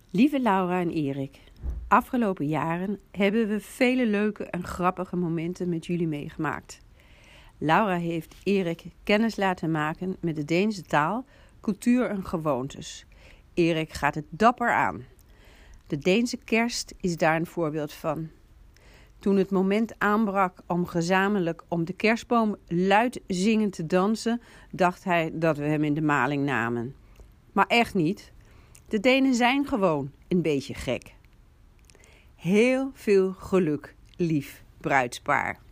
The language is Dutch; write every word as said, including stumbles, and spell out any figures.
Lieve Laura en Erik, afgelopen jaren hebben we vele leuke en grappige momenten met jullie meegemaakt. Laura heeft Erik kennis laten maken met de Deense taal, cultuur en gewoontes. Erik gaat het dapper aan. De Deense kerst is daar een voorbeeld van. Toen het moment aanbrak om gezamenlijk om de kerstboom luid zingend te dansen, dacht hij dat we hem in de maling namen. Maar echt niet. De Denen zijn gewoon een beetje gek. Heel veel geluk, lief bruidspaar.